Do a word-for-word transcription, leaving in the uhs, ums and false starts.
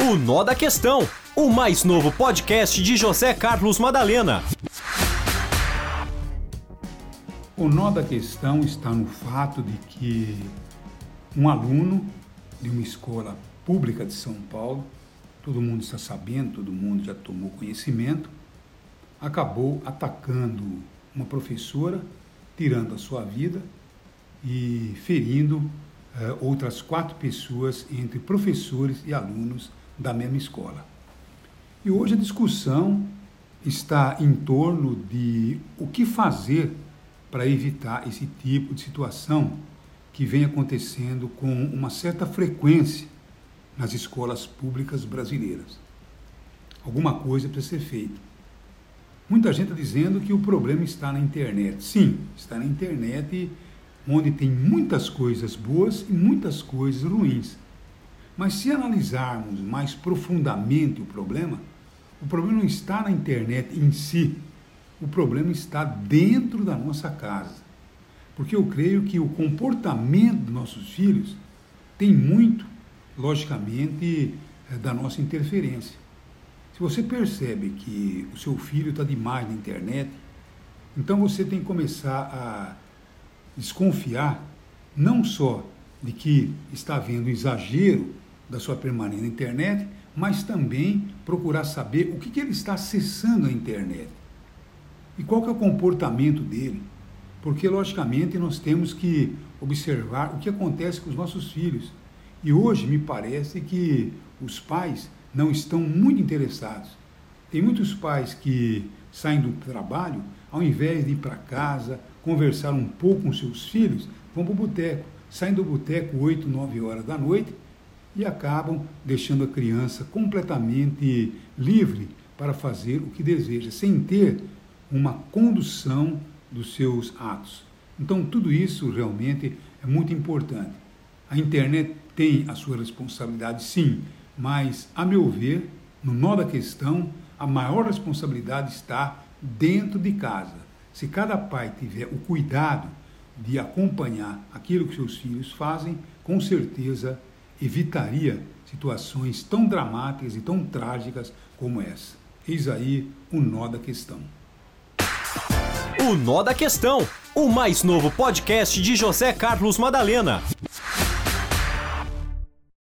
O Nó da Questão, o mais novo podcast de José Carlos Madalena. O nó da questão está no fato de que um aluno de uma escola pública de São Paulo, todo mundo está sabendo, todo mundo já tomou conhecimento, acabou atacando uma professora, tirando a sua vida e ferindo uh, outras quatro pessoas, entre professores e alunos da mesma escola. E hoje a discussão está em torno de o que fazer para evitar esse tipo de situação que vem acontecendo com uma certa frequência nas escolas públicas brasileiras. Alguma coisa precisa ser feita. Muita gente está dizendo que o problema está na internet. Sim, está na internet, onde tem muitas coisas boas e muitas coisas ruins. Mas se analisarmos mais profundamente o problema, o problema não está na internet em si, o problema está dentro da nossa casa. Porque eu creio que o comportamento dos nossos filhos tem muito, logicamente, da nossa interferência. Se você percebe que o seu filho está demais na internet, então você tem que começar a desconfiar não só de que está havendo exagero da sua permanência na internet, mas também procurar saber o que, que ele está acessando na internet e qual que é o comportamento dele, porque logicamente nós temos que observar o que acontece com os nossos filhos. E hoje me parece que os pais não estão muito interessados. Tem muitos pais que saem do trabalho, ao invés de ir para casa, conversar um pouco com seus filhos, vão para o boteco, saem do boteco oito, nove horas da noite e acabam deixando a criança completamente livre para fazer o que deseja, sem ter uma condução dos seus atos. Então tudo isso realmente é muito importante. A internet tem a sua responsabilidade, sim, mas, a meu ver, no nó da questão, a maior responsabilidade está dentro de casa. Se cada pai tiver o cuidado de acompanhar aquilo que seus filhos fazem, com certeza evitaria situações tão dramáticas e tão trágicas como essa. Eis aí o nó da questão. O Nó da Questão, o mais novo podcast de José Carlos Madalena.